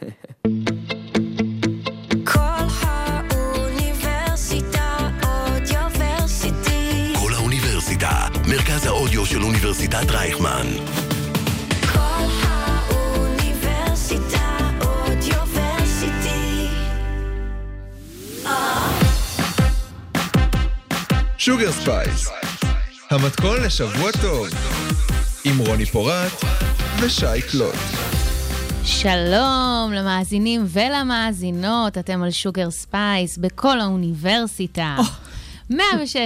כל האוניברסיטה, מרכז האודיו של אוניברסיטת רייכמן. כל האוניברסיטה אודיוורסיטי. שוגר ספייס, המתכון לשבוע טוב, עם רוני פורט ושי קלוט. שלום למאזינים ולמאזינות, אתם על שוגר ספייס בכל האוניברסיטה. 106.2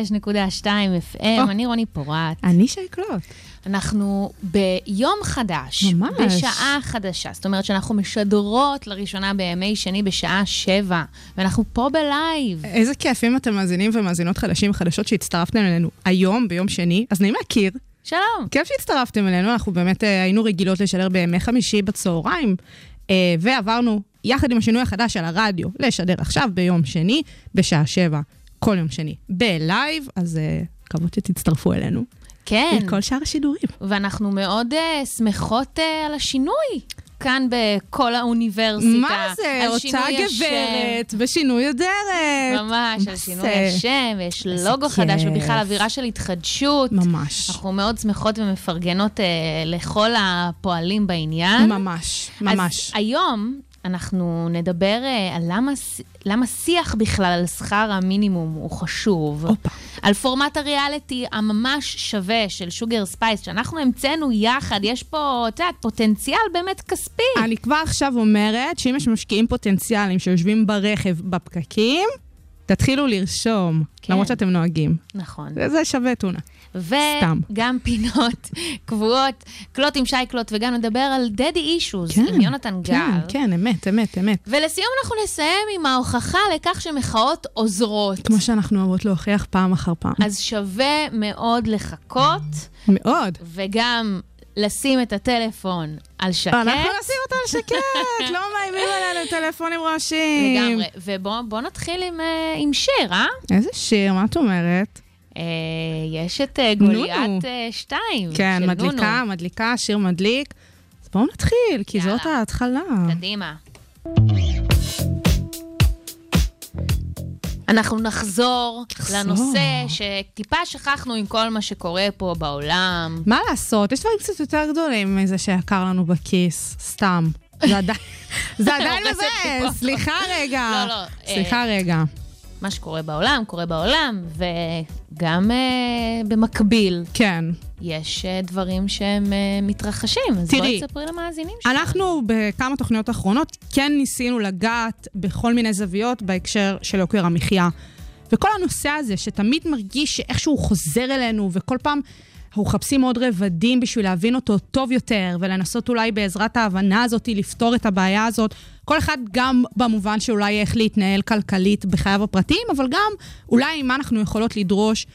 FM, אני רוני פורט. אני שי קלוט. אנחנו ביום חדש, ממש. בשעה חדשה, זאת אומרת שאנחנו משדרות לראשונה בימי שני בשעה 7, ואנחנו פה בלייב. איזה כיף, אם אתם מאזינים ומאזינות חדשים וחדשות שהצטרפתם אלינו היום ביום שני, אז נעים להכיר. שלום. כיף שהצטרפתם אלינו, אנחנו באמת היינו רגילות לשדר בימי חמישי בצהריים, ועברנו יחד עם השינוי החדש על הרדיו, לשדר עכשיו ביום שני בשעה 7, כל יום שני בלייב, אז מקוות שתצטרפו אלינו. כן. לכל שאר השידורים. ואנחנו מאוד שמחות על השינוי. כאן בכל האוניברסיטה. מה זה? הוצאה גברת בשינוי אדרת. ממש, על שינוי השם, ויש לוגו חדש, ובכלל אווירה של התחדשות. ממש. אנחנו מאוד שמחות ומפרגנות לכל הפועלים בעניין. ממש, ממש. אז היום אנחנו נדבר על למה שיח בכלל על שכר המינימום הוא חשוב. אופה. על פורמט הריאליטי הממש שווה של שוגר ספייס, שאנחנו המצאנו יחד, יש פה, את יודעת, פוטנציאל באמת כספי. אני כבר עכשיו אומרת שאם יש משקיעים פוטנציאליים שיושבים ברכב בפקקים, תתחילו לרשום, כן. למרות שאתם נוהגים. נכון. זה שווה תונה. וגם פינות קבועות, קלוט עם שי קלוט, וגם נדבר על דדי אישוז, כן, עם יונתן גל. כן, אמת. ולסיום אנחנו נסיים עם ההוכחה לכך שמחאות עוזרות. כמו שאנחנו אוהבות להוכיח פעם אחר פעם. אז שווה מאוד לחכות. מאוד. וגם לשים את הטלפון על שקט. אנחנו נשים אותו על שקט, לא מאיימים עלינו טלפונים רועשים. לגמרי. ובוא נתחיל עם שיר, אה? איזה שיר, מה את אומרת? יש את גוליית 2. כן, מדליקה, שיר מדליק. אז בואו נתחיל, כי זאת ההתחלה. קדימה. אנחנו נחזור לנושא שטיפה שכחנו עם כל מה שקורה פה בעולם. מה לעשות? יש דברים קצת יותר גדולים מזה שיקר לנו בכיס, סתם. זה עדיין מבאס, סליחה רגע. לא. סליחה רגע. מה שקורה בעולם, קורה בעולם, וגם במקביל. כן. יש דברים שהם מתרחשים, אז בואי תספרי למאזינים שלנו. אנחנו בכמה תוכניות האחרונות כן ניסינו לגעת בכל מיני זוויות בהקשר של יוקר המחיה. וכל הנושא הזה שתמיד מרגיש שאיכשהו חוזר אלינו, וכל פעם אנחנו מחפשים עוד רבדים בשביל להבין אותו טוב יותר, ולנסות אולי בעזרת ההבנה הזאת לפתור את הבעיה הזאת. כל אחד גם במובן שאולי איך להתנהל כלכלית בחייו הפרטיים, אבל גם אולי מה אנחנו יכולות לדרוש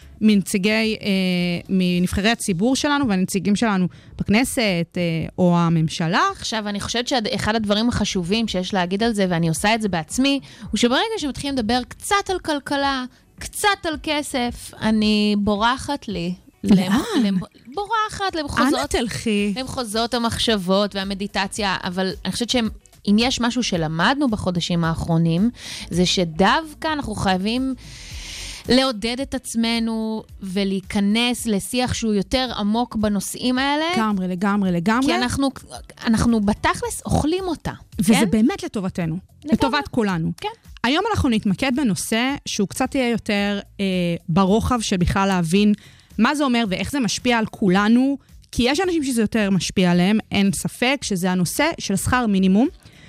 מנבחרי הציבור שלנו והנציגים שלנו בכנסת או הממשלה. עכשיו, אני חושבת שאחד הדברים החשובים שיש להגיד על זה, ואני עושה את זה בעצמי, הוא שברגע שמתחילים לדבר קצת על כלכלה, קצת על כסף, אני בורחת לי. בורחת למחוזות המחשבות והמדיטציה, אבל אני חושבת שאם יש משהו שלמדנו בחודשים האחרונים, זה שדווקא אנחנו חייבים לעודד את עצמנו ולהיכנס לשיח שהוא יותר עמוק בנושאים האלה. לגמרי. כי אנחנו בתכלס אוכלים אותה. וזה כן? באמת לטובתנו. לטובת כולנו. כן. היום אנחנו נתמקד בנושא שהוא קצת יהיה יותר ברוחב של בכלל להבין מה זה אומר ואיך זה משפיע על כולנו, כי יש אנשים שזה יותר משפיע עליהם, אין ספק שזה הנושא של שכר מינימום.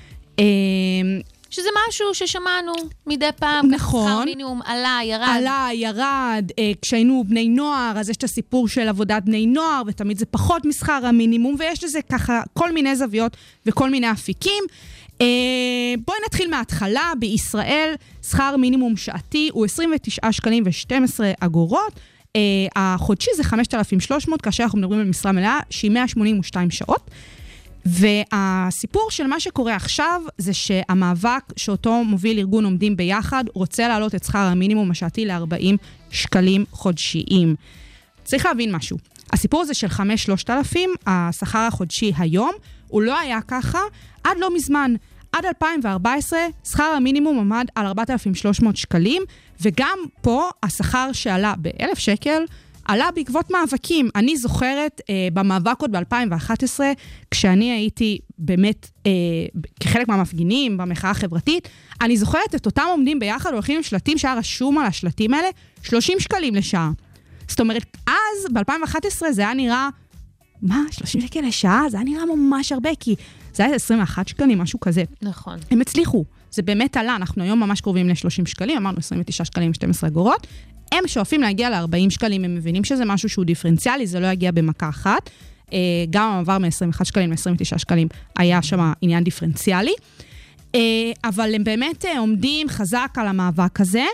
שזה משהו ששמענו מדי פעם. נכון. שכר מינימום ירד. כשהיינו בני נוער, אז יש את הסיפור של עבודת בני נוער, ותמיד זה פחות משכר המינימום, ויש לזה ככה כל מיני זוויות וכל מיני אפיקים. בואי נתחיל מההתחלה. בישראל שכר מינימום שעתי הוא 29 שקלים ו12 אגורות. החודשי זה 5,300, כאשר אנחנו מדברים על משרה מלאה, שהיא 182 שעות. והסיפור של מה שקורה עכשיו, זה שהמאבק שאותו מוביל ארגון עומדים ביחד, רוצה להעלות את שכר המינימום השעתי ל-40 שקלים חודשיים. צריך להבין משהו. הסיפור הזה של 5,000-3,000, השכר החודשי היום, הוא לא היה ככה עד לא מזמן. עד 2014, שכר המינימום עמד על 4,300 שקלים, וגם פה השכר שעלה ב1,000 שקל, עלה בעקבות מאבקים. אני זוכרת במאבק עוד ב-2011, כשאני הייתי באמת כחלק מהמפגינים במחאה החברתית, אני זוכרת את אותם עומדים ביחד, הולכים עם שלטים שהיה רשום על השלטים האלה, 30 שקלים לשעה. זאת אומרת, אז ב-2011 זה היה נראה, מה, 30 שקל לשעה? זה היה נראה ממש הרבה, כי זה היה 21 שקלים, משהו כזה. נכון. הם הצליחו, זה באמת עלה, אנחנו היום ממש קרובים ל-30 שקלים, אמרנו 29 שקלים, 12 אגורות, הם שואפים להגיע ל-40 שקלים, הם מבינים שזה משהו שהוא דיפרנציאלי, זה לא יגיע במכה אחת, גם המעבר מ-21 שקלים ל-29 שקלים היה שם עניין דיפרנציאלי, אבל הם באמת עומדים חזק על המאבק הזה.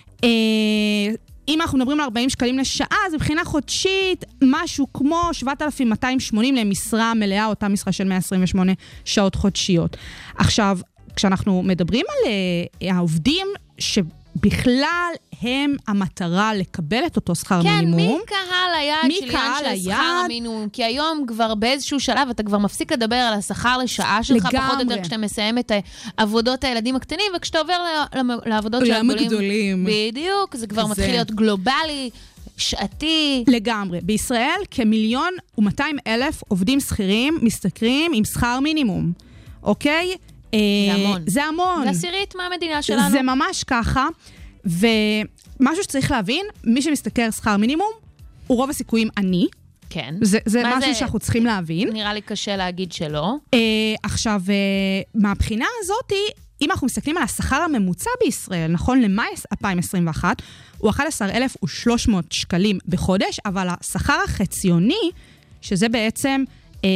אם אנחנו מדברים על 40 שקלים לשעה, אז מבחינה חודשית, משהו כמו 7,280 למשרה מלאה, אותה משרה של 128 שעות חודשיות. עכשיו, כשאנחנו מדברים על העובדים שבכלל הם המטרה לקבל את אותו שכר מינימום. כן, מי קהל היעד של עניין של שכר המינימום? כי היום כבר באיזשהו שלב אתה כבר מפסיק לדבר על השכר לשעה שלך, פחות או יותר כשאתה מסיים את עבודות הילדים הקטנים, וכשאתה עובר לעבודות של הגדולים. בדיוק, זה כבר מתחיל להיות גלובלי, שעתי. לגמרי. בישראל כ1,200,000 עובדים שכירים משתכרים עם שכר מינימום. אוקיי? זה המון. זה המון. זה עשירית מהמדינה שלנו. זה ממש ככה. ומשהו שצריך להבין, מי שמשתכר שכר מינימום, הוא רוב הסיכויים עני. כן. זה משהו שאנחנו צריכים להבין. נראה לי קשה להגיד שלא. עכשיו, מהבחינה הזאת, אם אנחנו מסתכלים על השכר הממוצע בישראל, נכון למאי 2021, הוא 11,300 שקלים בחודש, אבל השכר החציוני, שזה בעצם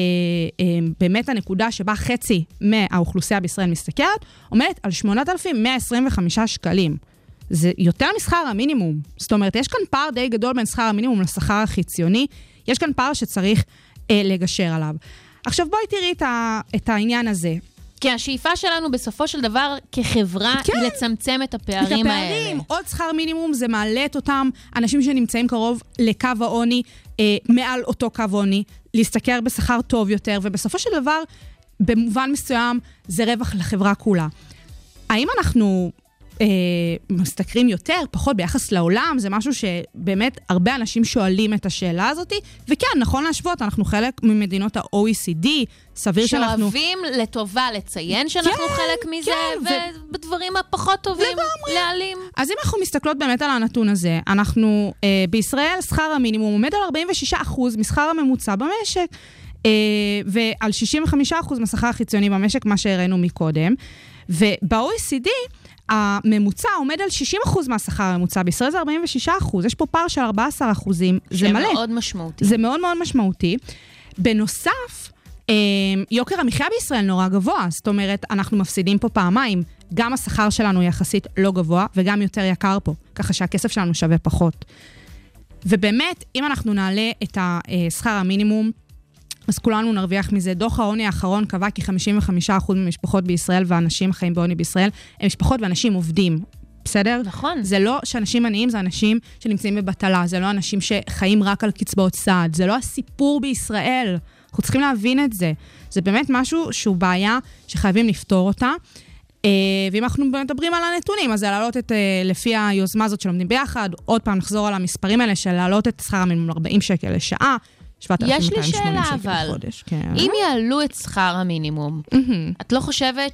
באמת הנקודה שבה חצי מהאוכלוסייה בישראל מסתכלת, עומדת על 8,125 שקלים. זה יותר משכר המינימום. זאת אומרת, יש כאן פער די גדול בין שכר המינימום לשכר החציוני. יש כאן פער שצריך לגשר עליו. עכשיו בואי תראי את העניין הזה. כי השאיפה שלנו בסופו של דבר כחברה היא לצמצם את הפערים האלה. עוד שכר מינימום זה מעלה את אותם אנשים שנמצאים קרוב לקו העוני, מעל אותו קו עוני, להסתכר בשכר טוב יותר, ובסופו של דבר, במובן מסוים, זה רווח לחברה כולה. האם אנחנו מסתכרים יותר, פחות ביחס לעולם? זה משהו שבאמת הרבה אנשים שואלים את השאלה הזאת, וכן, נכון להשוות, אנחנו חלק ממדינות ה-OECD, סביר שאנחנו... שאוהבים לטובה לציין שאנחנו חלק מזה, ובדברים הפחות טובים להעלים. אז אם אנחנו מסתכלות באמת על הנתון הזה, אנחנו בישראל, שכר המינימום עומד על 46% משכר הממוצע במשק, ועל 65% מהשכר החיצוני במשק, מה שהראינו מקודם, וב-OECD, הממוצע עומד על 60% מהשכר הממוצע, בישראל זה 46%, יש פה פער של 14%, זה מלא. מאוד משמעותי. זה מאוד מאוד משמעותי. בנוסף, יוקר המחיה בישראל נורא גבוה, זאת אומרת, אנחנו מפסידים פה פעמיים, גם השכר שלנו יחסית לא גבוה, וגם יותר יקר פה, ככה שהכסף שלנו שווה פחות. ובאמת, אם אנחנו נעלה את השכר המינימום, אז כולנו נרוויח מזה. דוח העוני האחרון קבע כי 55% ממשפחות בישראל ואנשים החיים בעוני בישראל, הם משפחות ואנשים עובדים. בסדר? נכון. זה לא שאנשים עניים, זה אנשים שנמצאים בבטלה, זה לא אנשים שחיים רק על קצבאות סעד, זה לא הסיפור בישראל. אנחנו צריכים להבין את זה. זה באמת משהו שהוא בעיה שחייבים לפתור אותה. ואם אנחנו מדברים על הנתונים, אז זה להעלות את, לפי היוזמה הזאת שלומדים ביחד, עוד פעם נחזור על המספרים האלה, של להעלות את שכר המינימום 40 שקל לשעה, יש לי שאלה, אבל אם יעלו את שכר המינימום, את לא חושבת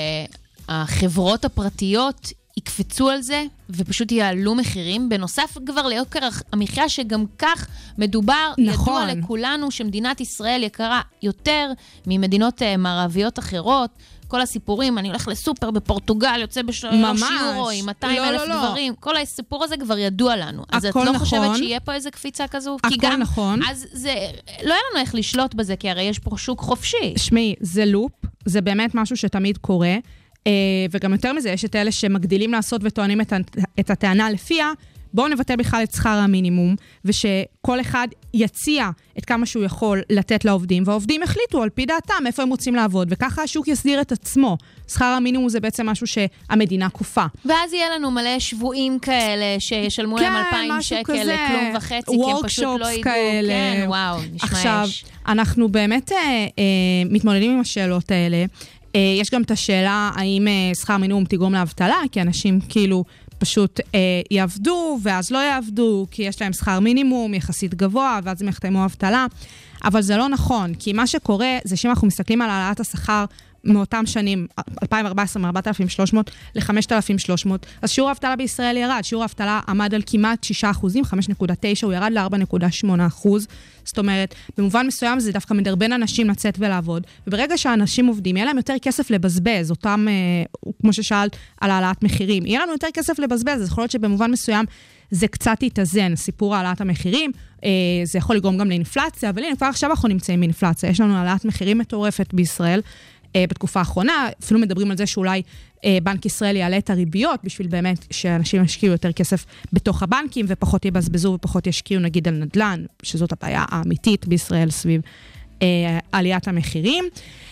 שהחברות הפרטיות יקפצו על זה ופשוט יעלו מחירים? בנוסף כבר ליוקר המחיה שגם כך מדובר, ידוע לכולנו שמדינת ישראל יקרה יותר ממדינות מערביות אחרות. כל הסיפורים, אני הולך לסופר בפורטוגל, יוצא ב3 יורו עם 200,000 דברים. כל הסיפור הזה כבר ידוע לנו. אז את לא חושבת שיהיה פה איזה קפיצה כזו? הכל נכון. אז זה, לא היה לנו איך לשלוט בזה, כי הרי יש פה שוק חופשי. שמי, זה לופ, זה באמת משהו שתמיד קורה, וגם יותר מזה, יש את אלה שמגדילים לעשות וטוענים את הטענה לפיה, בואו נבטל בכלל את שכר המינימום, ושכל אחד יציע את כמה שהוא יכול לתת לעובדים, והעובדים החליטו על פי דעתם איפה הם רוצים לעבוד, וככה השוק יסדיר את עצמו. שכר המינימום זה בעצם משהו שהמדינה כופה. ואז יהיה לנו מלא שבועים כאלה, שישלמו להם 2,000 שקל לכלום וחצי, כי הם פשוט לא ידעו. כן, וואו, נשמע עכשיו, אנחנו באמת מתמודדים עם השאלות האלה, יש גם את השאלה, האם שכר מינימום תגרום לאבטלה, כי אנשים כאילו פשוט יעבדו, ואז לא יעבדו, כי יש להם שכר מינימום יחסית גבוה, ואז הם יחתמו אבטלה. אבל זה לא נכון, כי מה שקורה זה שאם אנחנו מסתכלים על העלאת השכר מאותם שנים, 2014, מ-4,300 ל-5,300, אז שיעור האבטלה בישראל ירד. שיעור האבטלה עמד על כמעט 6%, 5.9, הוא ירד ל-4.8%. זאת אומרת, במובן מסוים זה דווקא מדרבן אנשים לצאת ולעבוד, וברגע שאנשים עובדים, יהיה להם יותר כסף לבזבז, אותם, כמו ששאלת, על העלאת מחירים. יהיה לנו יותר כסף לבזבז, אז יכול להיות שבמובן מסוים זה קצת יתאזן, סיפור העלאת המחירים, זה יכול לגרום גם לאינפלציה, אבל הנה, כבר עכשיו אנחנו נמצאים באינפלציה. יש לנו העלאת מחירים מטורפת בישראל, בתקופה האחרונה, אפילו מדברים על זה שאולי בנק ישראל יעלה את הריביות, בשביל באמת שאנשים ישקיעו יותר כסף בתוך הבנקים, ופחות יבזבזו ופחות ישקיעו נגיד על נדל"ן, שזאת הבעיה האמיתית בישראל סביב עליית המחירים.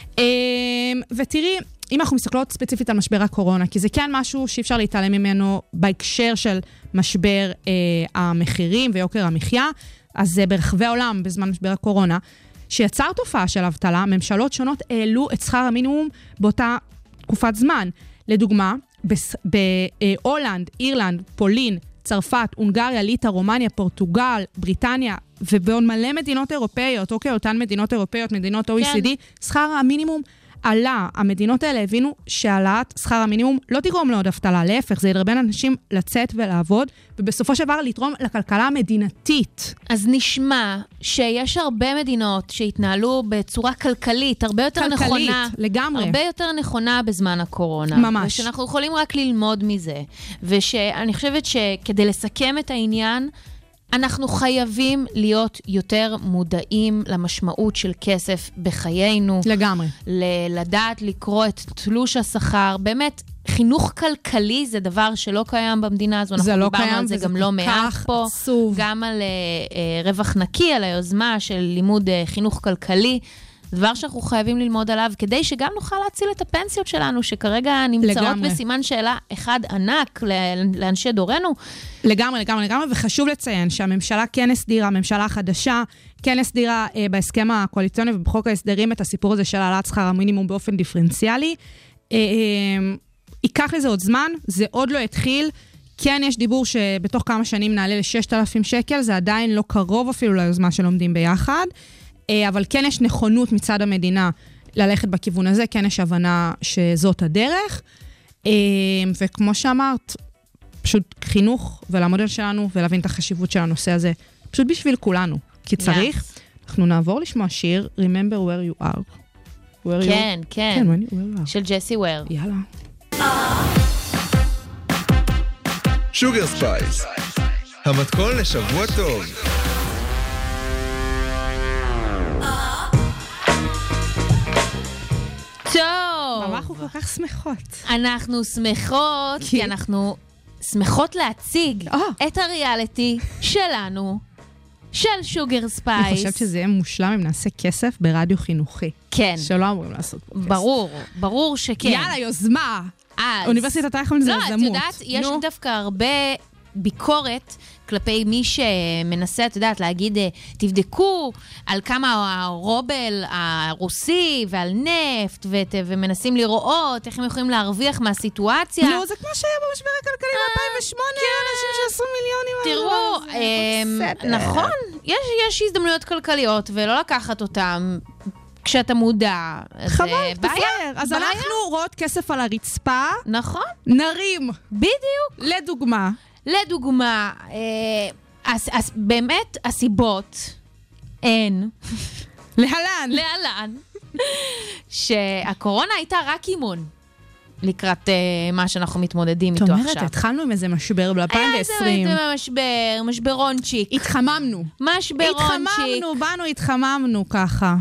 ותראי, אם אנחנו מסתכלות ספציפית על משבר הקורונה, כי זה כן משהו שאי אפשר להתעלם ממנו בהקשר של משבר המחירים ויוקר המחיה, אז ברחבי העולם בזמן משבר הקורונה, שיצר תופעה של אבטלה, ממשלות שונות העלו את שכר המינימום באותה תקופת זמן. לדוגמה, בהולנד, אירלנד, פולין, צרפת, הונגריה, ליטא, רומניה, פורטוגל, בריטניה, ובעוד מלא מדינות אירופאיות, אוקיי, אותן מדינות אירופאיות, מדינות OECD, שכר המינימום עלה. המדינות האלה הבינו שהעלאת שכר המינימום לא תגרום לעוד אבטלה, להפך, זה ידרבן אנשים לצאת ולעבוד, ובסופו של דבר לתרום לכלכלה המדינתית. אז נשמע שיש הרבה מדינות שהתנהלו בצורה כלכלית, הרבה יותר נכונה. לגמרי. הרבה יותר נכונה בזמן הקורונה. ממש. ושאנחנו יכולים רק ללמוד מזה. ושאני חושבת שכדי לסכם את העניין, אנחנו חייבים להיות יותר מודעים למשמעות של כסף בחיינו. לגמרי. לדעת לקרוא את תלוש השכר. באמת, חינוך כלכלי זה דבר שלא קיים במדינה הזו. זה לא קיים, דיברנו על זה גם לא מעט פה. עצוב. גם על רווח נקי, על היוזמה של לימוד חינוך כלכלי. דבר שאנחנו חייבים ללמוד עליו, כדי שגם נוכל להציל את הפנסיות שלנו, שכרגע נמצאות בסימן שאלה אחד ענק לאנשי דורנו. לגמרי, וחשוב לציין שהממשלה כן הסדירה, הממשלה החדשה, כן הסדירה בהסכם הקואליציוני ובחוק ההסדרים את הסיפור הזה של העלאת שכר המינימום באופן דיפרנציאלי. ייקח לזה עוד זמן, זה עוד לא התחיל, כן יש דיבור שבתוך כמה שנים נעלה ל-6,000 שקל, זה עדיין לא קרוב אפילו ליוזמה שלומדים ביחד, אבל כן יש נכונות מצד המדינה ללכת בכיוון הזה, כן יש הבנה שזאת הדרך, וכמו שאמרת, פשוט חינוך ולמודל שלנו, ולהבין את החשיבות של הנושא הזה, פשוט בשביל כולנו, כי צריך. אנחנו נעבור לשמוע שיר, Remember Where You Are. כן, כן. של ג'סי וויר. יאללה. שוגר ספייס, המתכון לשבוע טוב. טוב. אנחנו כל כך שמחות. אנחנו שמחות, כי אנחנו שמחות להציג את הריאליטי שלנו, של שוגר ספייס. אני חושבת שזה יהיה מושלם אם נעשה כסף ברדיו חינוכי. כן. שלא אמורים לעשות פה כסף. ברור שכן. יאללה, יוזמה. אוניברסיטת אייכמן זה יזמות. לא, את יודעת, יש דווקא הרבה ביקורת כלפי מי שמנסה, את יודעת, להגיד, תבדקו על כמה הרובל הרוסי ועל נפט, ומנסים לראות איך הם יכולים להרוויח מהסיטואציה. לא, זה כמו שהיה במשבר הכלכלי ב-2008, אנשים שעשו מיליונים. תראו, נכון, יש הזדמנויות כלכליות, ולא לקחת אותם כשאתה מודע. חבל, תפאר. אז אנחנו רואות כסף על הרצפה. נכון. נרים. בדיוק. לדוגמה, אז באמת הסיבות הן להלן שהקורונה הייתה רק אימון לקראת מה שאנחנו מתמודדים איתו עכשיו. זאת אומרת, התחלנו עם איזה משבר ב-2020. היה איזה משברונצ'יק. התחממנו, התחממנו ככה.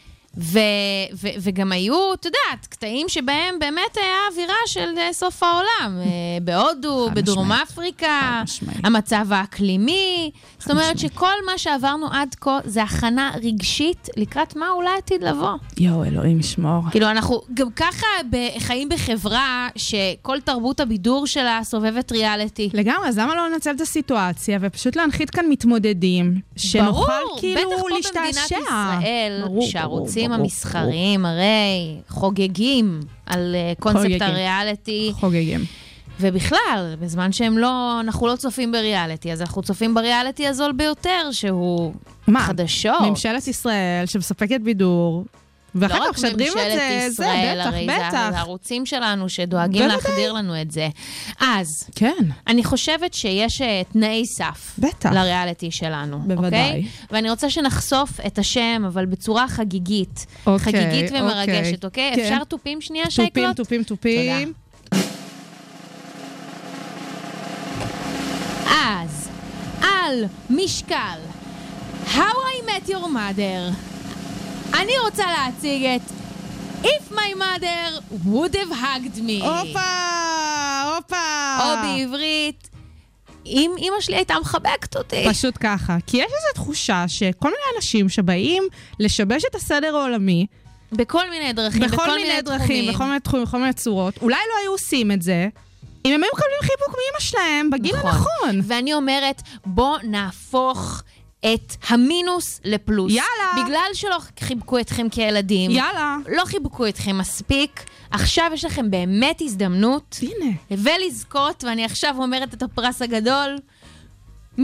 וגם היו, אתה יודעת, קטעים שבהם באמת היה אווירה של סוף העולם. בהודו, בדרום אפריקה, המצב האקלימי. זאת אומרת שכל מה שעברנו עד כה זה הכנה רגשית לקראת מה אולי עתיד לבוא. יואו, אלוהים ישמור. כאילו אנחנו גם ככה חיים בחברה שכל תרבות הבידור שלה סובבת ריאליטי. לגמרי, אז למה לא לנצל את הסיטואציה ופשוט להנחית כאן מתמודדים שנוכל כאילו להשתעשע. בטח פה במדינת ישראל, שהערוצים הערוצים המסחריים הרי חוגגים על קונספט הריאליטי. חוגגים. ובכלל, בזמן אנחנו לא צופים בריאליטי, אז אנחנו צופים בריאליטי הזול ביותר, שהוא חדשות. ממשלת ישראל שמספקת בידור, ואחר כך משדרים את זה, זה בטח. זה הערוצים שלנו שדואגים להחדיר לנו את זה. אז, אני חושבת שיש תנאי סף לריאליטי שלנו. בוודאי. ואני רוצה שנחשוף את השם, אבל בצורה חגיגית. חגיגית ומרגשת, אוקיי? אפשר טופים שנייה, שייקלוט? טופים. תודה. אז, על משקל How I Met Your Mother, אני רוצה להציג את If My Mother Would Have Hugged Me. הופה. או בעברית, אם אמא שלי הייתה מחבקת אותי. פשוט ככה. כי יש איזו תחושה שכל מיני אנשים שבאים לשבש את הסדר העולמי, בכל מיני דרכים, בכל מיני תחומים, בכל מיני צורות, אולי לא היו עושים את זה, אם הם היו מקבלים חיבוק מאמא שלהם בגיל הנכון. ואני אומרת, בוא נהפוך את המינוס לפלוס. יאללה. בגלל שלא חיבקו אתכם כילדים. יאללה. לא חיבקו אתכם מספיק. עכשיו יש לכם באמת הזדמנות. הנה. ולזכות, ואני עכשיו אומרת את הפרס הגדול, $1,000,000.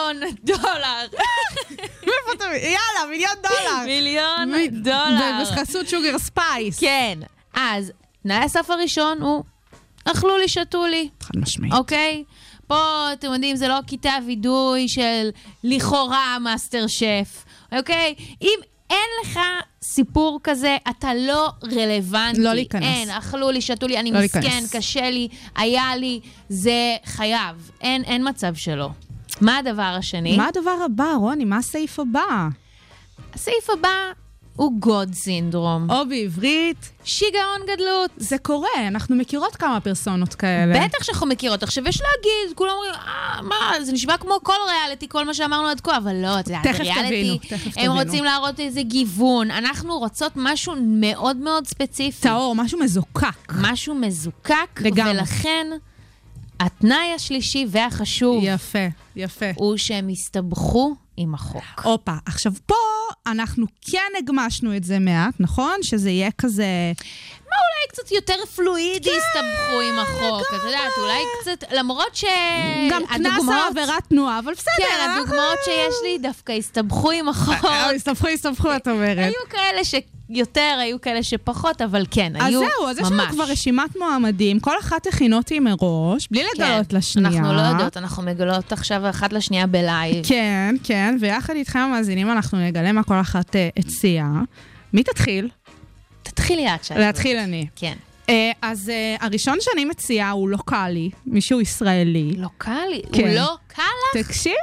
יאללה, $1,000,000. $1,000,000. בחסות שוגר ספייס. כן. אז, תנאי הסף הראשון הוא, אכלו לי, שתו לי. חד משמעית. אוקיי? פה, אתם יודעים, זה לא כיתה וידוי של לכאורה מאסטר שף, אוקיי? אם אין לך סיפור כזה, אתה לא רלוונטי. לא להיכנס. אין, אכלו לי, שתו לי, אני לא מסכן, להיכנס. קשה לי, היה לי, זה חייב. אין מצב שלו. מה הדבר השני? מה הדבר הבא, רוני? מה הסעיף הבא? הסעיף הבא הוא גוד סינדרום. או בעברית, שיגעון גדלות. זה קורה, אנחנו מכירות כמה פרסונות כאלה. בטח שאנחנו מכירות. עכשיו יש להגיד, כולם אומרים, מה, זה נשמע כמו כל ריאליטי, כל מה שאמרנו עד כה, אבל לא, זה ריאליטי. הם רוצים להראות איזה גיוון. אנחנו רוצות משהו מאוד מאוד ספציפי. טהור, משהו מזוקק. משהו מזוקק, לגמרי. ולכן התנאי השלישי והחשוב יפה. הוא שהם הסתבכו עם החוק. אופה, עכשיו פה אנחנו כן הגמשנו את זה מעט, נכון? שזה יהיה כזה... מה אולי קצת יותר פלואידי הסתבכו עם החוק? את יודעת, אולי קצת, למרות גם כנס על עבירת תנועה, אבל בסדר. כן, הדוגמאות שיש לי דווקא הסתבכו עם החוק. הסתבכו, את אומרת. היו כאלה שיותר, היו כאלה שפחות, אבל כן, היו ממש. אז זהו, אז יש לנו כבר רשימת מועמדים, כל אחת הכינותי מראש, בלי לגלות לשנייה. אנחנו לא יודעות, אנחנו מגלות עכשיו אחת לשנייה בלייב. כן, ויחד איתכם המאזינים אנחנו נגלה מה כל אחת הציעה. מי תתחיל? תתחילי את שאת. להתחיל אני. כן. אז הראשון שאני מציעה הוא לוקלי, מישהו ישראלי. לוקלי? הוא לא קלה? תקשיב.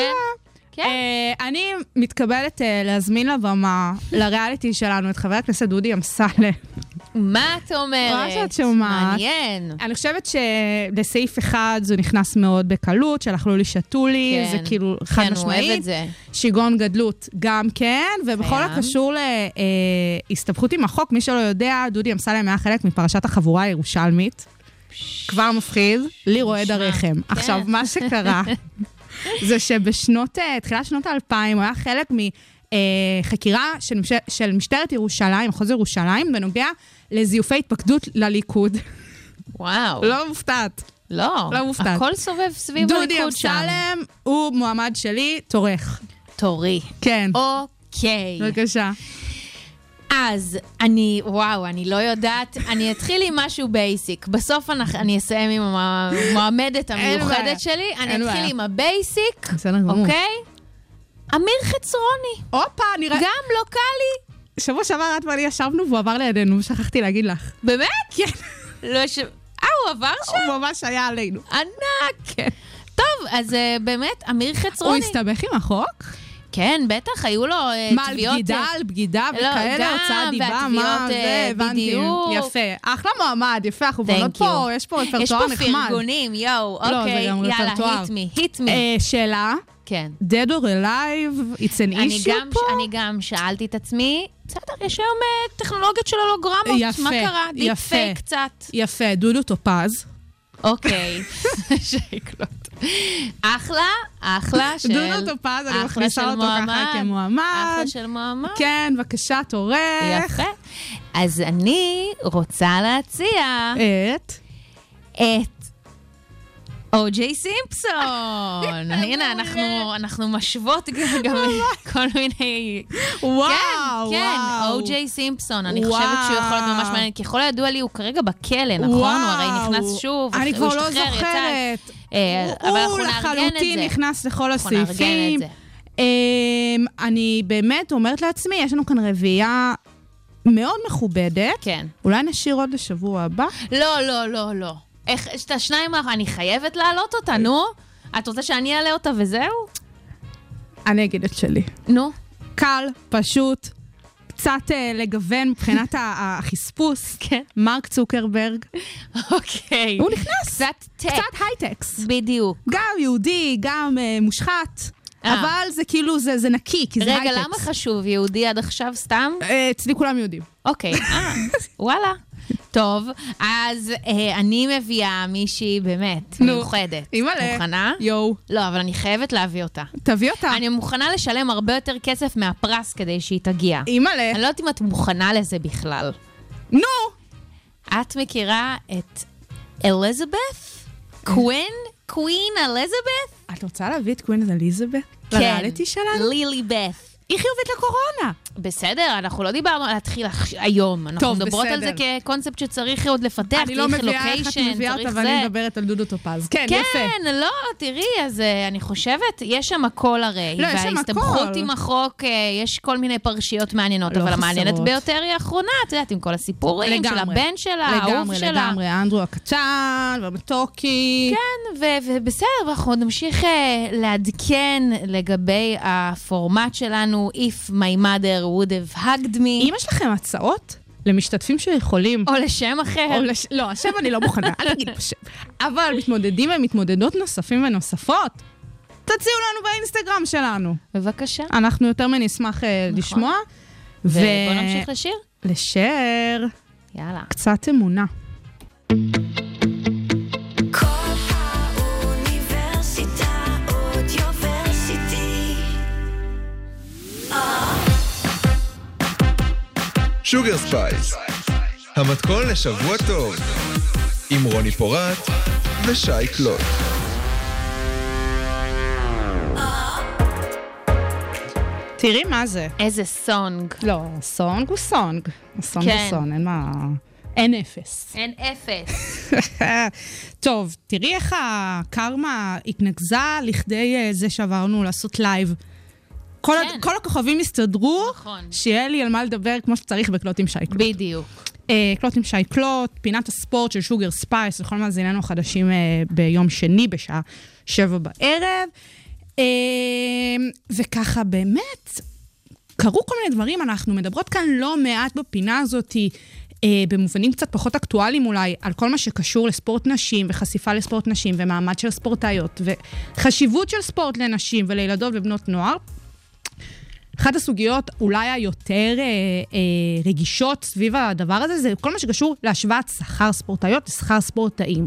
כן. אני מתקבלת להזמין לבמה, לריאליטי שלנו, את חבר הכנסת דודי אמסלם. מה את אומרת? מה שאת שומעת. מעניין. אני חושבת שלסעיף אחד זה נכנס מאוד בקלות, של אכלו לי, שתו לי, זה כאילו חד משמעית. כן, הוא אוהב את זה. שיגעון גדלות גם כן, ובכל הקשור להסתבכות עם החוק, מי שלא יודע, דודי אמסלם היה חלק מפרשת החבורה הירושלמית. כבר מפחיד, לי רועד הרחם. עכשיו, מה שקרה... זה שבשנות, תחילת שנות 2000, הוא היה חלק מחקירה של משטרת ירושלים, מחוז ירושלים, בנוגע לזיופי התפקדות לליכוד. וואו. לא מופתעת. לא מופתעת. הכל סובב סביב הליכוד שם. דודי אמסלם הוא מועמד שלי, תורך. תורי. כן. אוקיי. בבקשה. אז אני לא יודעת, אני אתחיל עם משהו בייסיק. בסוף אני אסיים עם המועמדת המיוחדת שלי. אני אתחיל עם הבייסיק. אוקיי? אמיר חצרוני. אופה, נראה... גם לוקלי. שבוע שעבר את ואני ישבנו והוא עבר לידינו, שכחתי להגיד לך. באמת? כן. הוא עבר שם? הוא ממש היה עלינו. ענק. טוב, אז באמת, אמיר חצרוני. הוא הסתבך עם החוק? כן, בטח, היו לו תביעות... מה, על בגידה וכאלה, הוצאה דיבה, מה, זה, הבנתי. יפה, אחלה מועמד, יפה, אנחנו בונות פה, יש פה רפרטואר נחמד. יש פה פרגונים, אוקיי, יאללה, hit me. שאלה? כן. Dead or alive, it's an issue פה? אני גם שאלתי את עצמי, בסדר, יש היום טכנולוגיות של הולוגרמות, מה קרה? דיפ פייק קצת. יפה, דודו טופז. אוקיי, שייקלוט. אחלה של... דודו טופז, אני מכניסה אותו ככה כמועמד. אחלה של מועמד. כן, בבקשה, תורך. יפה. אז אני רוצה להציע... את או.ג'יי סימפסון. הנה, אנחנו משוות גם כל מיני... וואו, כן, או.ג'יי סימפסון. אני חושבת שהוא יכול להיות ממש מעניין, ככל הידוע לי, הוא כרגע בכלא, נכון? הוא הרי נכנס שוב. אני כבר לא זוכרת. הוא לחלוטין נכנס לכל הסעיפים. אני באמת אומרת לעצמי, יש לנו כאן רביעייה מאוד מכובדת. כן. אולי נשאיר עוד לשבוע הבא? לא. את השניים, אני חייבת להעלות אותה, נו? את רוצה שאני אעלה אותה וזהו? אני אגיד את שלי. נו? קל, פשוט, קצת לגוון מבחינת החספוס. כן. מרק צוקרברג. אוקיי. הוא נכנס. קצת הייטקס. בדיוק. גם יהודי, גם מושחת. אבל זה כאילו, זה נקי, כי זה הייטקס. רגע, למה חשוב יהודי עד עכשיו סתם? אצלי כולם יהודים. אוקיי, וואלה. טוב, אז אני מביאה מישהי באמת מיוחדת. אימא'לה. מוכנה? יואו. לא, אבל אני חייבת להביא אותה. תביא אותה. אני מוכנה לשלם הרבה יותר כסף מהפרס כדי שהיא תגיע. אימא'לה. אני לא יודעת אם את מוכנה לזה בכלל. נו! את מכירה את אליזבת? קווין אליזבת? את רוצה להביא את קווין אליזבת? כן. לריאליטי שלנו? לילי בת. היא חיובית לקורונה. בסדר, אנחנו לא דיברנו על להתחיל היום. אנחנו מדברות על זה כקונספט שצריך עוד לפתח, אני לא מביאה איך את מביאה אותה ואני מדברת על דודו טופז. כן, יפה. כן, לא, תראי, אז אני חושבת, יש שם הכל הרי. לא, יש שם הכל. וההסתבכות עם החוק, יש כל מיני פרשיות מעניינות, אבל המעניינת ביותר היא האחרונה, את יודעת, עם כל הסיפורים של הבן שלה, האהוב שלה. לגמרי, אנדרו הקטן, והמתוקי. כן, ובסדר, ואנחנו נמשיך לעדכן לגבי הפורמט שלנו, If my mother would have hugged me. אם יש לכם הצעות למשתתפים שיכולים... או לשם אחר. לא, השם אני לא מוכנה, אל תגיד בשם. אבל מתמודדים ומתמודדות נוספים ונוספות, תציעו לנו באינסטגרם שלנו. בבקשה. אנחנו יותר מנשמח לשמוע. ובוא נמשיך לשיר. לשיר. יאללה. קצת אמונה. שוגר ספייס, המתכון לשבוע טוב, עם רוני פורט ושי קלוט. תראי מה זה. איזה סונג. לא, סונג הוא סונג. הסונג הוא סונג, אין מה... אין אפס. אין אפס. טוב, תראי איך הקרמה התנגזה לכדי זה שעברנו לעשות לייב. כל הכוכבים הסתדרו, שיהיה לי על מה לדבר כמו שצריך בקלוט עם שי קלוט. בדיוק. קלוט עם שי קלוט, פינת הספורט של שוגר ספייס, וכל מאזיננו החדשים ביום שני בשעה 7 בערב. וככה באמת, קרו כל מיני דברים, אנחנו מדברות כאן לא מעט בפינה הזאת, במובנים קצת פחות אקטואליים אולי, על כל מה שקשור לספורט נשים, וחשיפה לספורט נשים, ומעמד של ספורטאיות, וחשיבות של ספורט לנשים ולילדות ובנות נוער. אחת הסוגיות אולי היותר רגישות סביב הדבר הזה, זה כל מה שקשור להשוואת שכר ספורטאיות לשכר ספורטאים.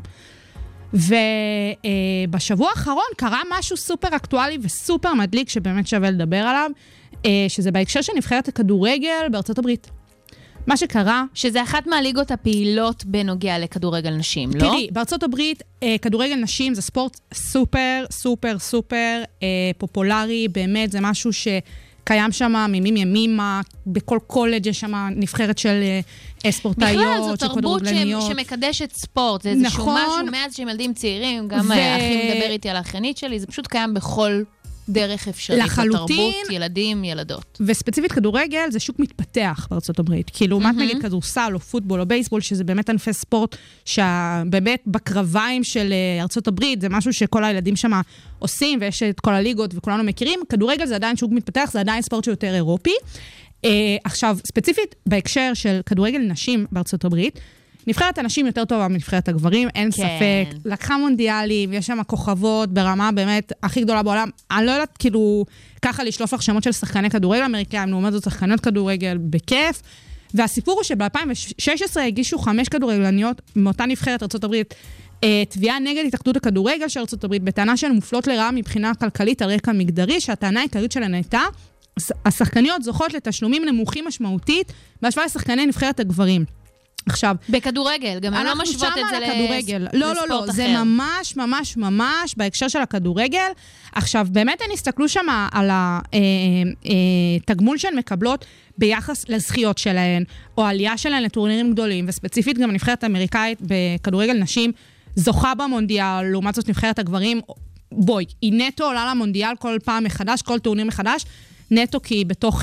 ובשבוע האחרון קרה משהו סופר אקטואלי וסופר מדליק שבאמת שווה לדבר עליו, שזה בהקשר של נבחרת הכדורגל בארצות הברית. מה שקרה... שזה אחת מהליגות הפעילות בנוגע לכדורגל נשים, לא? תראי, בארצות הברית כדורגל נשים זה ספורט סופר, סופר, סופר פופולרי, באמת זה משהו שקיים שם ימימה, בכל קולג' יש שם נבחרת של ספורטאיות, של כדורגלניות. בכלל זו תרבות שמקדשת ספורט, זה איזשהו משהו מאז שהם ילדים צעירים, גם אחי מדבר איתי על האחיינית שלי, זה פשוט קיים בכל דרך אפשרית, בתרבות, ילדים, ילדות. וספציפית כדורגל זה שוק מתפתח בארצות הברית, כי לעומת נגיד כדורסל או פוטבול או בייסבול, שזה באמת ענפי ספורט, שבאמת בקרביים של ארצות הברית, זה משהו שכל הילדים שם עושים, ויש את כל הליגות וכולנו מכירים, כדורגל זה עדיין שוק מתפתח, זה עדיין ספורט שיותר אירופי. עכשיו, ספציפית בהקשר של כדורגל נשים בארצות הברית, נבחרת הנשים יותר טובה מנבחרת הגברים, אין ספק. לקחה מונדיאלים, יש שם כוכבות ברמה באמת הכי גדולה בעולם. אני לא יודעת כאילו ככה לשלוף לך שמות של שחקני כדורגל אמריקאים, לעומת זאת שחקניות כדורגל בכיף. והסיפור הוא שב-2016 הגישו 5 כדורגלניות מאותה נבחרת ארצות הברית, תביעה נגד התאחדות הכדורגל של ארצות הברית, בטענה שהן מופלות לרעה מבחינה כלכלית על רקע מגדרי, שהטענה העיקרית שלהן הייתה, השחקניות זוכות לתשלומים נמוכים משמעותית, בהשוואה לשחקני נבחרת הגברים. עכשיו, בכדורגל, גם הם לא משוות את זה לכדורגל. לא, זה ממש, ממש, ממש בהקשר של הכדורגל. עכשיו, באמת הן הסתכלו שם על התגמול שהן מקבלות ביחס לזכיות שלהן, או העלייה שלהן לטורנירים גדולים, וספציפית גם הנבחרת האמריקאית בכדורגל נשים, זוכה במונדיאל, לעומת זאת נבחרת הגברים, בואי, היא נטו עולה למונדיאל כל פעם מחדש, כל טורניר מחדש, נטו כי בתוך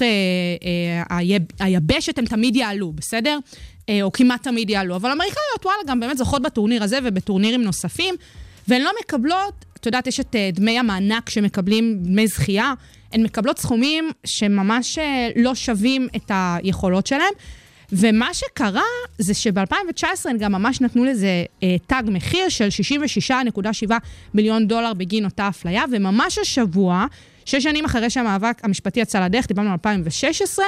היבשת הם תמיד יעלו, בסדר? או כמעט תמיד יעלו. אבל אמריקאיות, וואלה, גם באמת זוכות בטורניר הזה ובטורנירים נוספים, והן לא מקבלות, את יודעת, יש את דמי המענק שמקבלים, דמי זכייה, הן מקבלות סכומים שממש לא שווים את היכולות שלהם, ומה שקרה זה שב-2019 הם גם ממש נתנו לזה תג מחיר של $66.7 מיליון בגין אותה אפליה, וממש השבוע, 6 שנים אחרי שהמאבק המשפטי יצא לדרך, דיברנו על 2016,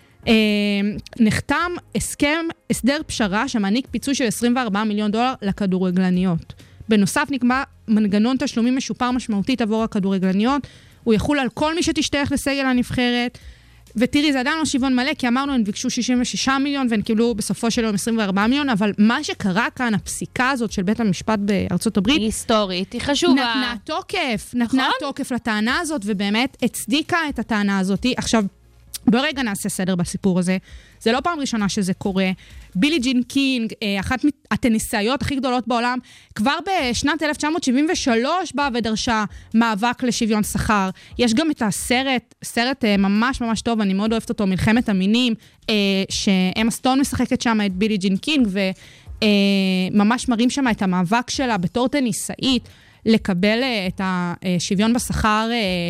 נחתם הסדר פשרה שמעניק פיצוי של $24 מיליון לכדורגלניות. בנוסף נקבע מנגנון תשלומים משופר משמעותית עבור הכדורגלניות, הוא יחול על כל מי שתשתייך לסגל הנבחרת, ותראי, זה עדיין לא שוויון מלא, כי אמרנו, הם ביקשו 66 מיליון, והם קיבלו בסופו של יום 24 מיליון, אבל מה שקרה כאן, הפסיקה הזאת של בית המשפט בארצות הברית, היא היסטורית, היא חשובה. נתנה תוקף לטענה הזאת, ובאמת הצדיקה את הטענה הזאת. עכשיו, ברגע נעשה סדר בסיפור הזה. זה לא פעם ראשונה שזה קורה. בילי ג'ין קינג, אחת הטניסאיות הכי גדולות בעולם, כבר בשנת 1973 באה ודרשה מאבק לשוויון שכר. יש גם את סרט ממש ממש טוב, אני מאוד אוהבת אותו, מלחמת המינים, שאמה סטון משחקת שם את בילי ג'ין קינג, וממש מראים שם את המאבק שלה בתור טניסאית, לקבל את השוויון בשכר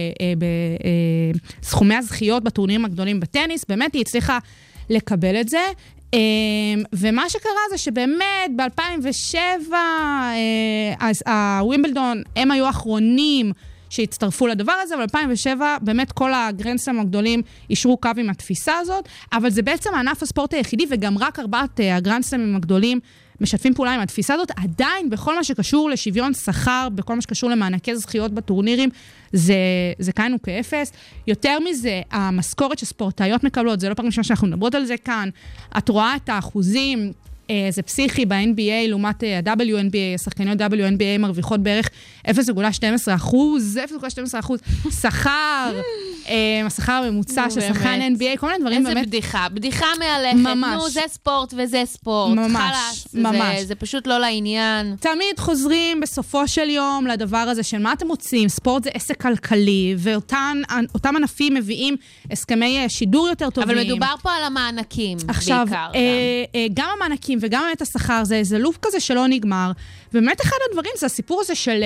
בסכומי הזכיות בטורנירים הגדולים בטניס, באמת היא הצליחה לקבל את זה, ומה שקרה זה שבאמת ב-2007 הווימבלדון הם היו האחרונים שהצטרפו לדבר הזה, אבל ב-2007 באמת כל הגרנדסלאם הגדולים אישרו קו עם התפיסה הזאת, אבל זה בעצם הענף הספורט היחידי, וגם רק 4 הגרנדסלאמים הגדולים משתפים פעולה עם התפיסה הזאת. עדיין בכל מה שקשור לשוויון שכר, בכל מה שקשור למענקי זכיות בטורנירים, זה כאן הוא כאפס. יותר מזה, המשכורת שספורטאיות מקבלות, זה לא פעם ראשונה שאנחנו מדברות על זה כאן, את רואה את האחוזים, זה פסיכי ב-NBA, לעומת ה-WNBA, השחקניות WNBA מרוויחות בערך 0.12%, שכר, השכר הממוצע של שחקן NBA, כל מיני דברים באמת. איזה בדיחה מהלכת. ממש. נו, זה ספורט וזה ספורט. ממש. זה פשוט לא לעניין. תמיד חוזרים בסופו של יום לדבר הזה של מה אתם רוצים, ספורט זה עסק כלכלי, ואותם ענפים מביאים הסכמי שידור יותר טובים. אבל מדובר פה על המענקים, עכשיו, בעיקר. גם המענקים וגם באמת השכר, זה לופ כזה שלא נגמר. ובאמת אחד הדברים זה הסיפור הזה של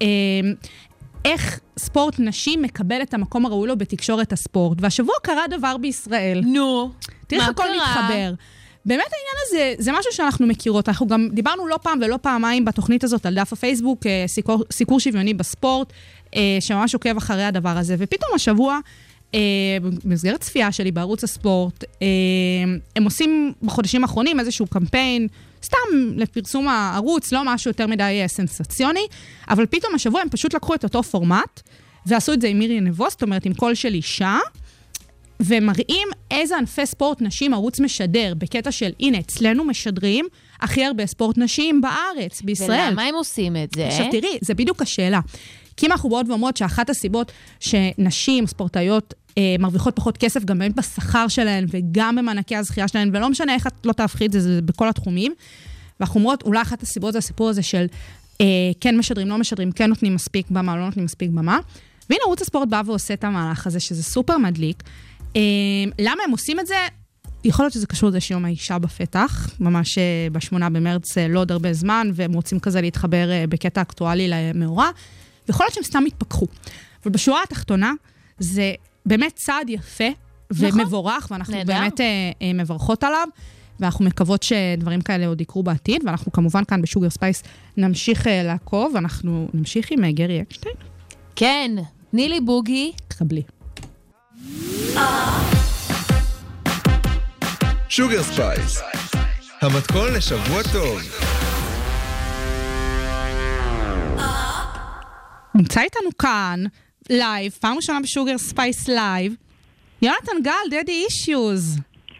איך ספורט נשים מקבל את המקום הראוי לו בתקשורת הספורט. והשבוע קרה דבר בישראל. נו, תראי איך הכל מתחבר. באמת העניין הזה, זה משהו שאנחנו מכירות. אנחנו גם דיברנו לא פעם ולא פעמיים בתוכנית הזאת על דף הפייסבוק, סיקור שוויוני בספורט, שממש עוקב אחרי הדבר הזה. ופתאום השבוע, במסגרת צפייה שלי בערוץ הספורט, הם עושים בחודשים האחרונים איזשהו קמפיין, סתם לפרסום הערוץ, לא משהו יותר מדי סנסציוני, אבל פתאום השבוע הם פשוט לקחו את אותו פורמט, ועשו את זה עם מירי נבו, זאת אומרת עם קול של אישה, ומראים איזה ענפי ספורט נשים ערוץ משדר, בקטע של, הנה, אצלנו משדרים הכי הרבה ספורט נשים בארץ, בישראל. ולמה הם עושים את זה? עכשיו תראי, זה בדיוק השאלה. כי אם אנחנו באות ואומרות שאחת הסיבות שנשים, ספורטאיות, מרוויחות פחות כסף, גם באמת בשכר שלהן, וגם במענקי הזכייה שלהן, ולא משנה איך את לא תהפכי את זה, זה בכל התחומים. ואנחנו אומרות, אולי אחת הסיבות זה הסיפור הזה של כן משדרים, לא משדרים, כן נותנים מספיק במה, לא נותנים מספיק במה. והנה ערוץ הספורט בא ועושה את המהלך הזה, שזה סופר מדליק. למה הם עושים את זה? יכול להיות שזה קשור לזה שיום האישה בפתח, ממש ב8 במרץ, לא עוד הרבה זמן, והם רוצים כזה להתחבר בקטע אקטואלי למאורע, ויכול להיות שהם סתם התפקחו. אבל בשורה התחתונה, זה באמת צעד יפה ומבורך, ואנחנו באמת מברכות עליו, ואנחנו מקוות שדברים כאלה עוד יקרו בעתיד, ואנחנו כמובן כאן בשוגר ספייס נמשיך לעקוב, ואנחנו נמשיך עם גרי אקשטיין. כן, נילי בוגי. קבלי. שוגר ספייס, המתכון לשבוע טוב. נמצא איתנו כאן, לייב, פעם ראשונה בשוגר ספייס לייב, יונתן גל, דדי אישיוז.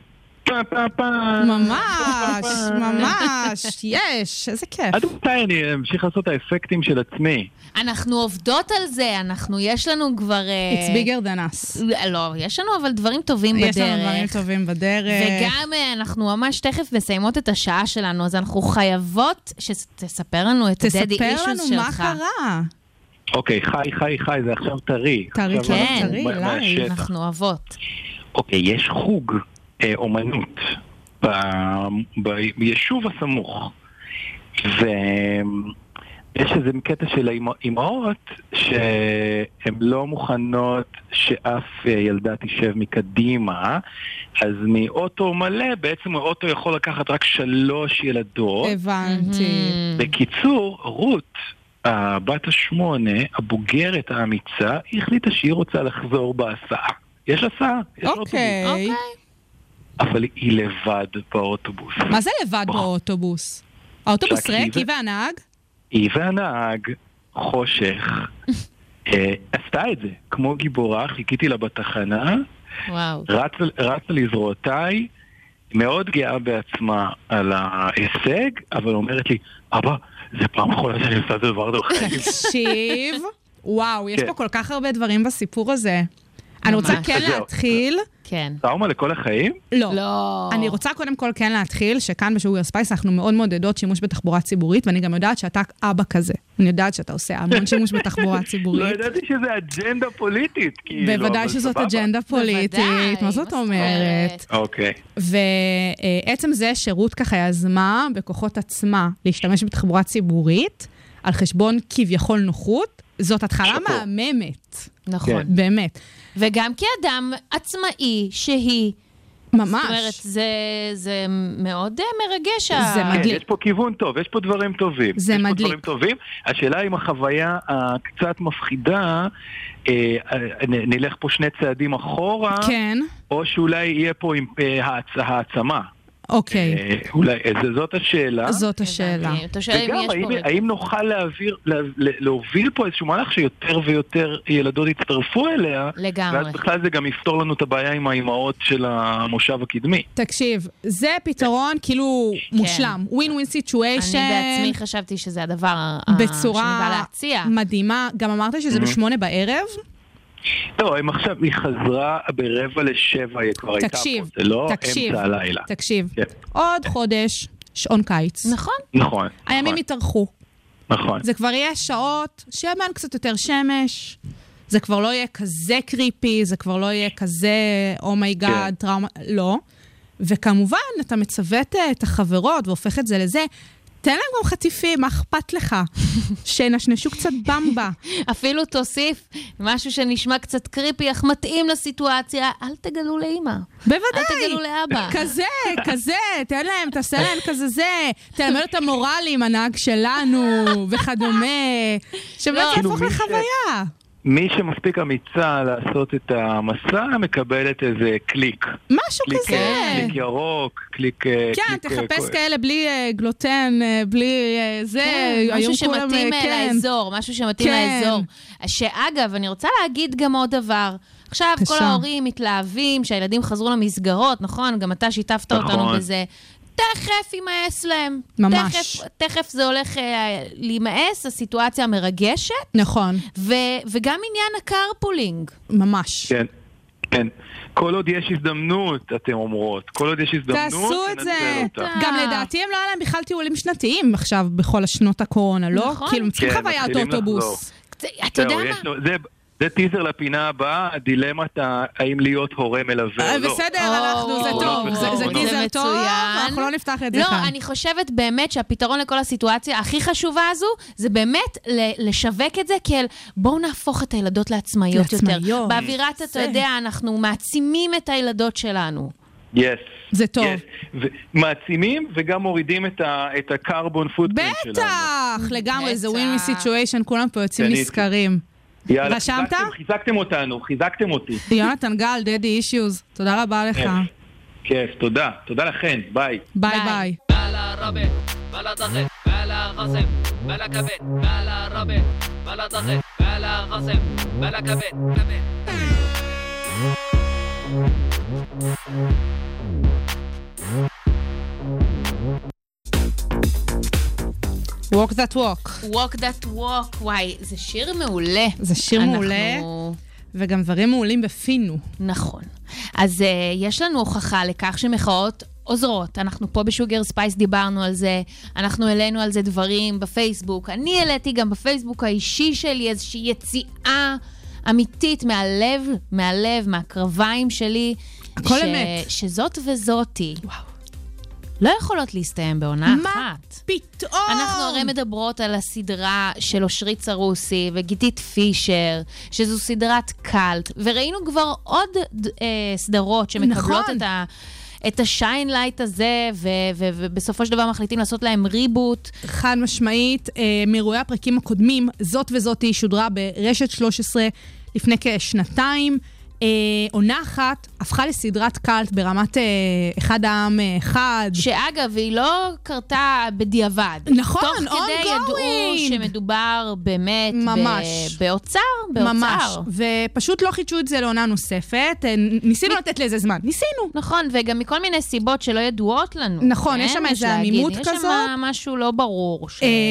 ממש, יש, איזה כיף. עד מתי אני אמשיך לעשות את האפקטים של עצמי? אנחנו עובדות על זה, יש לנו כבר... It's bigger than us. לא, יש לנו אבל דברים טובים בדרך. יש לנו דברים טובים בדרך. וגם אנחנו ממש תכף מסיימות את השעה שלנו, אז אנחנו חייבות שתספר לנו את הדדי אישוס שלך. תספר לנו מה קרה. אוקיי, חי, זה עכשיו טרי. כן, אנחנו אוהבות. אוקיי, יש חוג אומנות ביישוב הסמוך, ויש איזה קטע של האימהות שהן לא מוכנות שאף ילדה תשב מקדימה, אז מאוטו מלא, בעצם האוטו יכול לקחת רק 3 ילדות. הבנתי. בקיצור, רות, הבת 8, הבוגרת האמיצה, היא החליטה שהיא רוצה לחזור בהסעה. יש הסעה, יש אוקיי. אבל היא לבד באוטובוס. מה זה לבד באוטובוס? האוטובוס ריק, היא והנהג? היא והנהג, חושך. עשתה את זה, כמו גיבורה, חיכיתי לה בתחנה, רצה לזרועותיי, מאוד גאה בעצמה על ההישג, אבל אומרת לי, אבא, זה פעם אחרונה שאני עושה את הדבר הזה. תקשיב, וואו, יש פה כל כך הרבה דברים בסיפור הזה. אני רוצה כן להתחיל. כן. טראומה לכל החיים? לא. אני רוצה קודם כל כן להתחיל, שכאן בשוגר ספייס אנחנו מאוד מעודדות שימוש בתחבורה ציבורית, ואני גם יודעת שאתה אבא כזה. אני יודעת שאתה עושה המון שימוש בתחבורה ציבורית. לא ידעתי שזה אג'נדה פוליטית. בוודאי שזאת אג'נדה פוליטית. מה זאת אומרת? אוקיי. ועצם זה שירות ככה יזמה בכוחות עצמה להשתמש בתחבורה ציבורית, על חשבון כביכול נוחות, זאת התחלה מהממת. נכון. באמת. וגם כאדם עצמאי שהיא... ממש. זאת אומרת, זה מאוד מרגש. זה מדליק. יש פה כיוון טוב, יש פה דברים טובים. זה מדליק. יש פה דברים טובים. השאלה אם החוויה הקצת מפחידה, נלך פה 2 צעדים אחורה, כן. או שאולי יהיה פה עם העצמה. אוקיי. אולי, זאת השאלה. זאת השאלה. וגם, האם נוכל להוביל פה איזשהו מהלך שיותר ויותר ילדות יצטרפו אליה, לגמרי. ואז בכלל זה גם יפתור לנו את הבעיה עם האימהות של המושב הקדמי. תקשיב, זה פתרון כאילו מושלם. win-win situation. אני בעצמי חשבתי שזה הדבר בצורה מדהימה. גם אמרת שזה ב8 בערב? לא, היא חזרה ב6:45, היא כבר הייתה פה, זה לא אמצע הלילה. תקשיב, עוד חודש, שעון קיץ. נכון. הימים יתארכו. נכון. זה כבר יהיה שעות, שיהיה מן קצת יותר שמש, זה כבר לא יהיה כזה קריפי, זה כבר לא יהיה כזה, אומייגאד, טראומה, לא. וכמובן, אתה מצוות את החברות והופך את זה לזה, תן להם גם חטיפים, מה אכפת לך? שנשנשו קצת במבה. אפילו תוסיף משהו שנשמע קצת קריפי, אך מתאים לסיטואציה, אל תגלו לאמא. בוודאי. אל תגלו לאבא. כזה, תן להם, תעשה להם כזה זה. תלמד את המורלים, הנהג שלנו, וכדומה. שבאמת יהפוך לחוויה. מי שמספיק אמיצה לעשות את המסע, מקבלת איזה קליק. משהו כזה. קליק ירוק, קליק... כן, תחפש כאלה בלי גלוטן, בלי זה. משהו שמתאים לאזור, משהו שמתאים לאזור. שאגב, אני רוצה להגיד גם עוד דבר. עכשיו כל ההורים מתלהבים שהילדים חזרו למסגרות, נכון? גם אתה שיתפת אותנו בזה. תכף יימאס להם. ממש. תכף זה הולך להימאס, הסיטואציה המרגשת. נכון. וגם עניין הקרפולינג. ממש. כן. כל עוד יש הזדמנות, אתם אומרות. כל עוד יש הזדמנות, תעשו את זה. גם לדעתי הם לא היה להם בכלל טיולים שנתיים עכשיו בכל השנות הקורונה, לא? נכון. כאילו, הם צריכים חוויית אוטובוס. אתה יודע מה? זה טיזר לפינה הבאה, הדילמת האם להיות הורה מלווה או לא. בסדר, זה טוב, זה טיזר טוב, אנחנו לא נפתח את זה כאן. לא, אני חושבת באמת שהפתרון לכל הסיטואציה הכי חשובה הזו, זה באמת לשווק את זה כאל, בואו נהפוך את הילדות לעצמאיות יותר. באווירת, אתה יודע, אנחנו מעצימים את הילדות שלנו. זה טוב. מעצימים וגם מורידים את הקרבון פוטפרינט שלנו. בטח, לגמרי, זה win-win situation, כולם פה יוצאים נזכרים. יאללה, רשמת? חיזקתם אותנו, חיזקתם אותי. יונתן גל, דדי אישיוז, תודה רבה לך. כיף, תודה. תודה לכן, ביי. ביי ביי. بلا ربه بلا ضغط بلا غصب بلا كبد بلا ربه بلا ضغط بلا غصب بلا كبد Walk that walk. Walk that walk. וואי, זה שיר מעולה. זה שיר מעולה, וגם דברים מעולים בפינו. נכון. אז יש לנו הוכחה לכך שמחאות עוזרות. אנחנו פה בשוגר ספייס דיברנו על זה, אנחנו העלינו על זה דברים בפייסבוק. אני העליתי גם בפייסבוק האישי שלי איזושהי יציאה אמיתית מהלב, מהקרביים שלי. הכל אמת. שזאת וזאתי. וואו. לא יכולות להסתיים בעונה אחת. מה פתאום? אנחנו הרי מדברות על הסדרה של אושרית סרוסי וגיתית פישר, שזו סדרת קלט, וראינו כבר עוד סדרות שמקבלות את השיין לייט הזה, ובסופו של דבר מחליטים לעשות להם ריבוט. חד משמעית, מאירועי הפרקים הקודמים, זאת וזאתי שודרה ברשת 13 לפני כשנתיים, עונה אחת הפכה לסדרת קלט ברמת אחד העם אחד. שאגב, היא לא קרתה בדיעבד. נכון, תוך כדי ידעו שמדובר באמת באוצר. ממש, ופשוט לא חידשו את זה לעונה נוספת. ניסינו לתת לזה זמן, ניסינו. נכון, וגם מכל מיני סיבות שלא ידועות לנו. נכון, יש שם איזה עמימות כזאת. יש שם משהו לא ברור.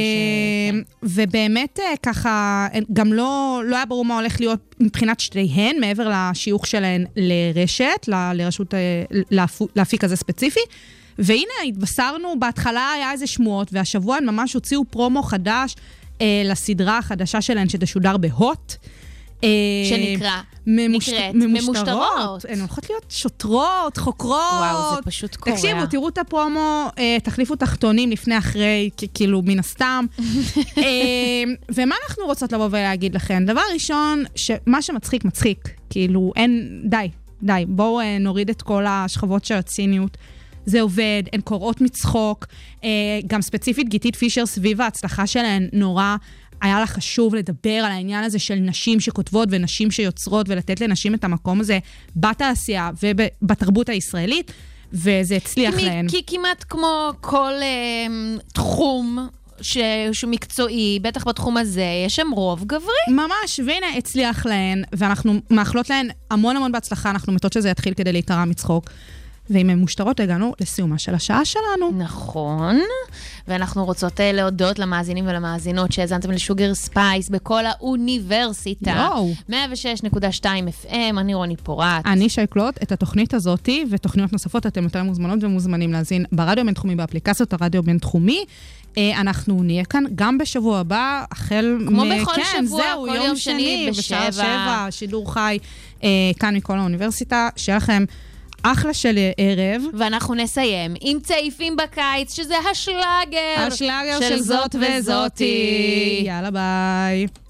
ובאמת ככה, גם לא היה ברור מה הולך להיות מבחינת שתיהן, מעבר לשיוך שלהן לרשת, לרשות, להפיק כזה ספציפי. והנה, התבשרנו, בהתחלה היה איזה שמועות, והשבוע הן ממש הוציאו פרומו חדש לסדרה החדשה שלהן, שתשודר בהוט. שנקרא, נקראת ממושטרות. הן הולכות להיות שוטרות, חוקרות. וואו, זה פשוט קורה. תקשיבו, תראו את הפרומו, תחליפו תחתונים לפני אחרי, כאילו מן הסתם. ומה אנחנו רוצות לבוא ולהגיד לכם? דבר ראשון, שמה שמצחיק, מצחיק. כאילו, אין, די. בואו נוריד את כל השכבות של הציניות. זה עובד, הן קוראות מצחוק. גם ספציפית גיתית פישר סביב ההצלחה שלהן נורא היה לה חשוב לדבר על העניין הזה של נשים שכותבות ונשים שיוצרות, ולתת לנשים את המקום הזה בתעשייה ובתרבות הישראלית, וזה הצליח להן. כי כמעט כמו כל תחום שהוא מקצועי, בטח בתחום הזה, יש שם רוב גברי. ממש, והנה הצליח להן, ואנחנו מאחלות להן המון בהצלחה, אנחנו מתות שזה יתחיל כדי להיקרא מצחוק. ועם ממושטרות הגענו לסיומה של השעה שלנו. נכון, ואנחנו רוצות להודות למאזינים ולמאזינות שהזנתם לשוגר ספייס בכל האוניברסיטה. 106.2 FM, אני רוני פורט. אני שייקלוט, את התוכנית הזאת ותוכניות נוספות אתם יותר מוזמנות ומוזמנים להזין ברדיו בינתחומי, באפליקציות הרדיו בינתחומי. אנחנו נהיה כאן גם בשבוע הבא, החל כמו בכל שבוע, כל יום שני בשעה 7, שידור חי כאן מכל האוניברסיטה, שיהיה לכם אחלה של ערב. ואנחנו נסיים עם צעיפים בקיץ, שזה השלאגר של זאת וזאתי. יאללה ביי.